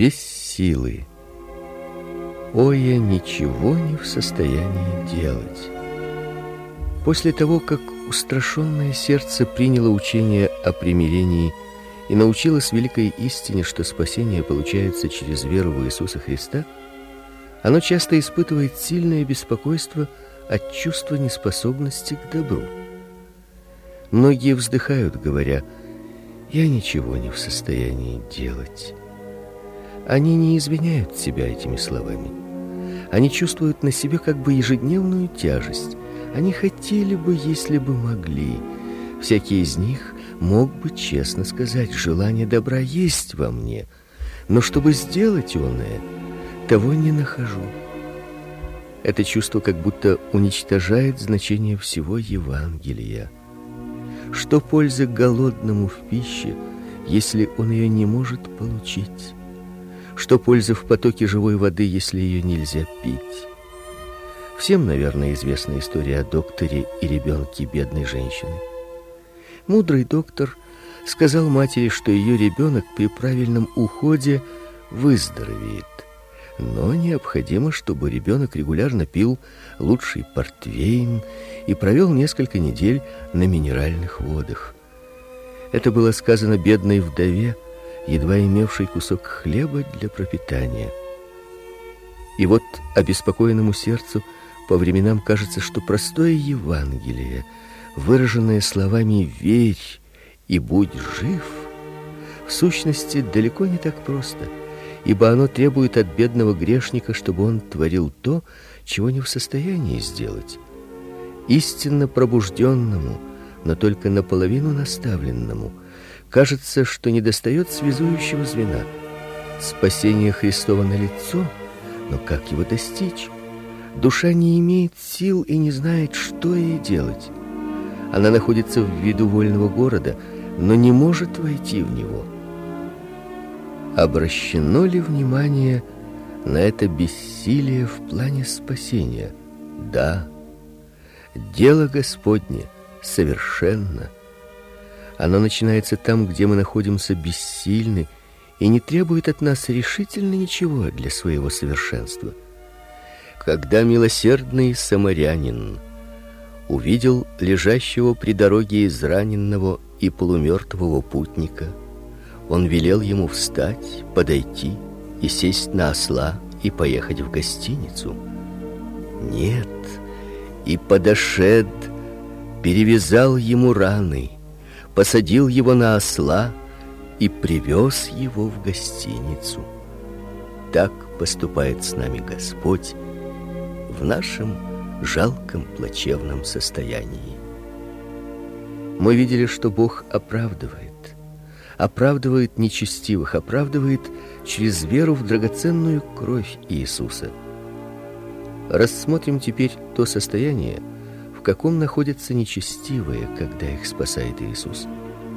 без силы. О, я ничего не в состоянии делать. После того, как устрашённое сердце приняло учение о примирении и научилось великой истине, что спасение получается через веру в Иисуса Христа, оно часто испытывает сильное беспокойство от чувства неспособности к добру. Многие вздыхают, говоря: «Я ничего не в состоянии делать». Они не извиняют себя этими словами. Они чувствуют на себе как бы ежедневную тяжесть. Они хотели бы, если бы могли. Всякий из них мог бы честно сказать: желание добра есть во мне, но чтобы сделать оное, того не нахожу. Это чувство как будто уничтожает значение всего Евангелия. Что пользы голодному в пище, если он ее не может получить? Что пользы в потоке живой воды, если ее нельзя пить? Всем, наверное, известна история о докторе и ребенке бедной женщины. Мудрый доктор сказал матери, что ее ребенок при правильном уходе выздоровеет, но необходимо, чтобы ребенок регулярно пил лучший портвейн и провел несколько недель на минеральных водах. Это было сказано бедной вдове, едва имевшей кусок хлеба для пропитания. И вот обеспокоенному сердцу по временам кажется, что простое Евангелие, выраженное словами «верь и будь жив», в сущности далеко не так просто, ибо оно требует от бедного грешника, чтобы он творил то, чего не в состоянии сделать. Истинно пробужденному, но только наполовину наставленному, кажется, что недостает связующего звена. Спасение Христово налицо, но как его достичь? Душа не имеет сил и не знает, что ей делать. Она находится в виду вольного города, но не может войти в него. Обращено ли внимание на это бессилие в плане спасения? Да. Дело Господне совершенно. Оно начинается там, где мы находимся бессильны и не требует от нас решительно ничего для своего совершенства. Когда милосердный самарянин увидел лежащего при дороге израненного и полумертвого путника, он велел ему встать, подойти и сесть на осла и поехать в гостиницу. Нет, и подошед, перевязал ему раны, посадил его на осла и привез его в гостиницу. Так поступает с нами Господь в нашем жалком, плачевном состоянии. Мы видели, что Бог оправдывает нечестивых, оправдывает через веру в драгоценную кровь Иисуса. Рассмотрим теперь то состояние, в каком находятся нечестивые, когда их спасает Иисус.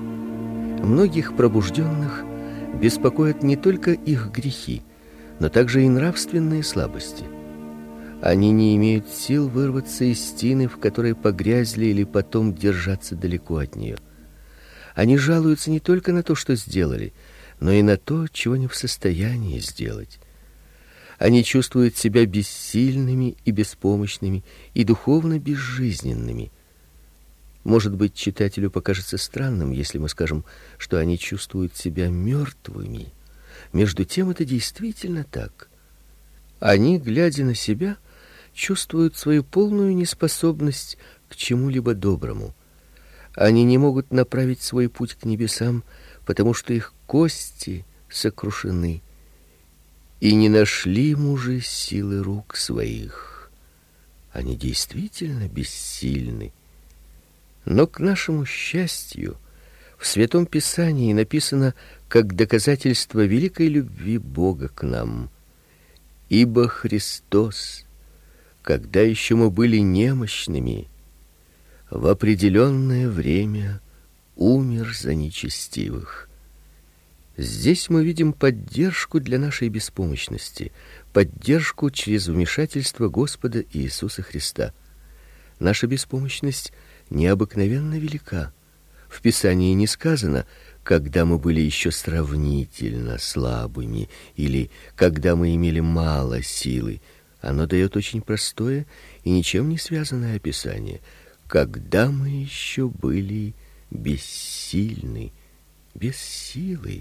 Многих пробужденных беспокоят не только их грехи, но также и нравственные слабости. Они не имеют сил вырваться из тины, в которой погрязли, или потом держаться далеко от нее. Они жалуются не только на то, что сделали, но и на то, чего не в состоянии сделать. Они чувствуют себя бессильными и беспомощными, и духовно безжизненными. Может быть, читателю покажется странным, если мы скажем, что они чувствуют себя мертвыми. Между тем это действительно так. Они, глядя на себя, чувствуют свою полную неспособность к чему-либо доброму. Они не могут направить свой путь к небесам, потому что их кости сокрушены, и не нашли мужи силы рук своих. Они действительно бессильны. Но к нашему счастью, в Святом Писании написано как доказательство великой любви Бога к нам: ибо Христос, когда еще мы были немощными, в определенное время умер за нечестивых. Здесь мы видим поддержку для нашей беспомощности, поддержку через вмешательство Господа Иисуса Христа. Наша беспомощность необыкновенно велика. В Писании не сказано, когда мы были еще сравнительно слабыми или когда мы имели мало силы. Оно дает очень простое и ничем не связанное описание. Когда мы еще были бессильны, без силы.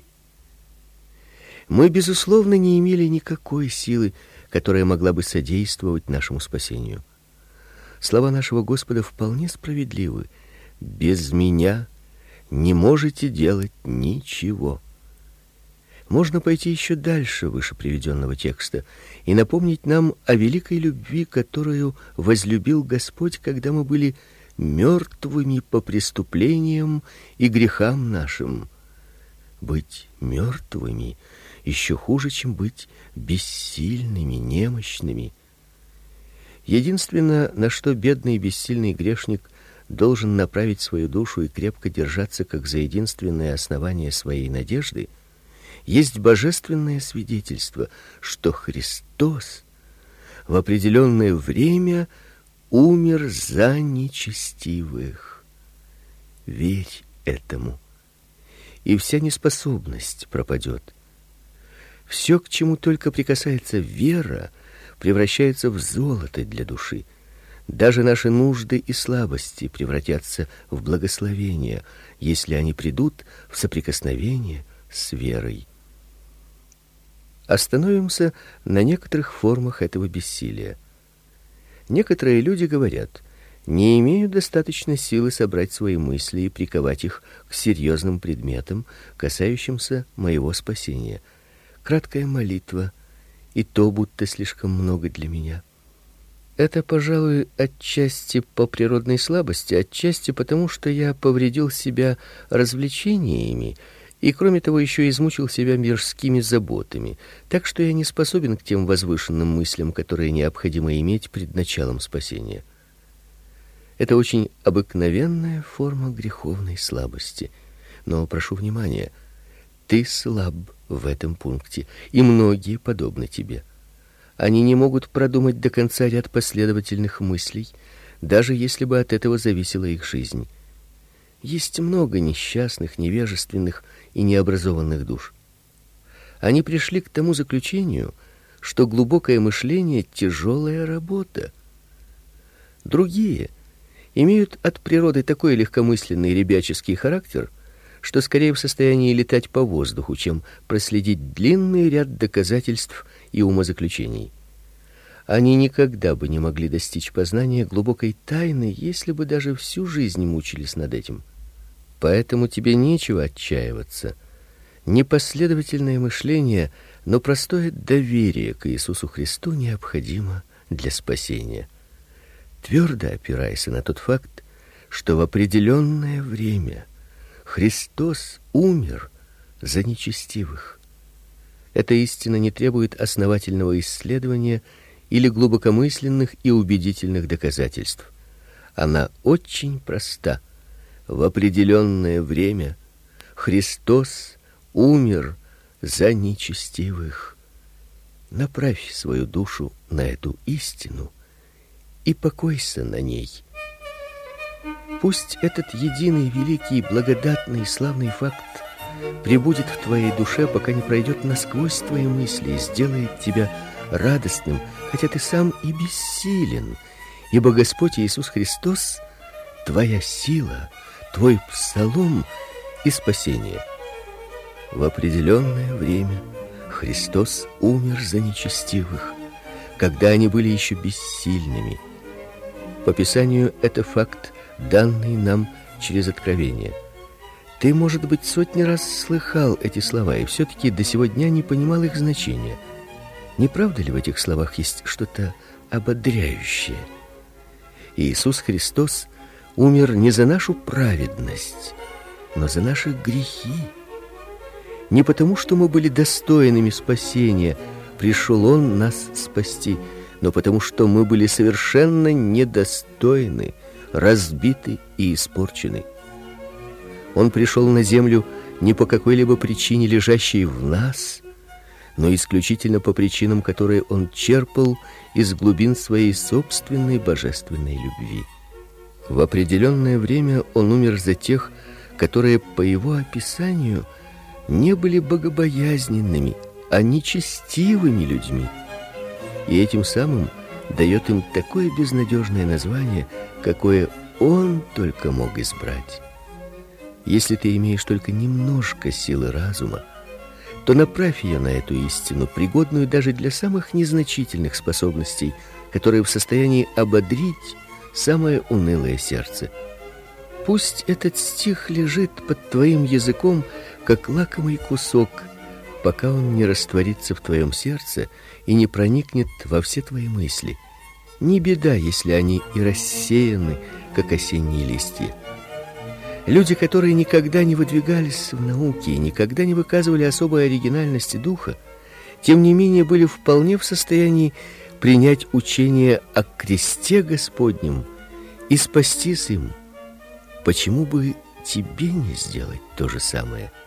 Мы, безусловно, не имели никакой силы, которая могла бы содействовать нашему спасению. Слова нашего Господа вполне справедливы. Без меня не можете делать ничего. Можно пойти еще дальше выше приведенного текста и напомнить нам о великой любви, которую возлюбил Господь, когда мы были мертвыми по преступлениям и грехам нашим. Быть мертвыми еще хуже, чем быть бессильными, немощными. Единственное, на что бедный и бессильный грешник должен направить свою душу и крепко держаться как за единственное основание своей надежды, есть божественное свидетельство, что Христос в определенное время умер за нечестивых. Верь этому, и вся неспособность пропадет. Все, к чему только прикасается вера, превращается в золото для души. Даже наши нужды и слабости превратятся в благословения, если они придут в соприкосновение с верой. Остановимся на некоторых формах этого бессилия. Некоторые люди говорят: не имею достаточно силы собрать свои мысли и приковать их к серьезным предметам, касающимся моего спасения. Краткая молитва, и то будто слишком много для меня. Это, пожалуй, отчасти по природной слабости, отчасти потому, что я повредил себя развлечениями и, кроме того, еще измучил себя мирскими заботами, так что я не способен к тем возвышенным мыслям, которые необходимо иметь пред началом спасения. Это очень обыкновенная форма греховной слабости. Но прошу внимания, ты слаб в этом пункте, и многие подобны тебе. Они не могут продумать до конца ряд последовательных мыслей, даже если бы от этого зависела их жизнь. Есть много несчастных, невежественных и необразованных душ. Они пришли к тому заключению, что глубокое мышление — тяжелая работа. Другие имеют от природы такой легкомысленный ребяческий характер, что скорее в состоянии летать по воздуху, чем проследить длинный ряд доказательств и умозаключений. Они никогда бы не могли достичь познания глубокой тайны, если бы даже всю жизнь мучились над этим. Поэтому тебе нечего отчаиваться. Непоследовательное мышление, но простое доверие к Иисусу Христу необходимо для спасения. Твердо опирайся на тот факт, что в определенное время Христос умер за нечестивых. Эта истина не требует основательного исследования или глубокомысленных и убедительных доказательств. Она очень проста. В определенное время Христос умер за нечестивых. Направь свою душу на эту истину и покойся на ней. Пусть этот единый, великий, благодатный и славный факт пребудет в твоей душе, пока не пройдет насквозь твои мысли и сделает тебя радостным, хотя ты сам и бессилен, ибо Господь Иисус Христос — твоя сила, твой псалом и спасение. В определенное время Христос умер за нечестивых, когда они были еще бессильными. По Писанию это факт, данный нам через откровение. Ты, может быть, сотни раз слыхал эти слова и все-таки до сего дня не понимал их значения. Не правда ли в этих словах есть что-то ободряющее? Иисус Христос умер не за нашу праведность, но за наши грехи. Не потому, что мы были достойными спасения, пришел Он нас спасти, но потому, что мы были совершенно недостойны, разбиты и испорчены. Он пришел на землю не по какой-либо причине, лежащей в нас, но исключительно по причинам, которые Он черпал из глубин своей собственной божественной любви. В определенное время Он умер за тех, которые по его описанию не были богобоязненными, а нечестивыми людьми. И этим самым дает им такое безнадежное название, какое он только мог избрать. Если ты имеешь только немножко силы разума, то направь ее на эту истину, пригодную даже для самых незначительных способностей, которые в состоянии ободрить самое унылое сердце. Пусть этот стих лежит под твоим языком, как лакомый кусок, пока он не растворится в твоем сердце и не проникнет во все твои мысли. Не беда, если они и рассеяны, как осенние листья. Люди, которые никогда не выдвигались в науке и никогда не выказывали особой оригинальности духа, тем не менее были вполне в состоянии принять учение о кресте Господнем и спастись им. Почему бы тебе не сделать то же самое?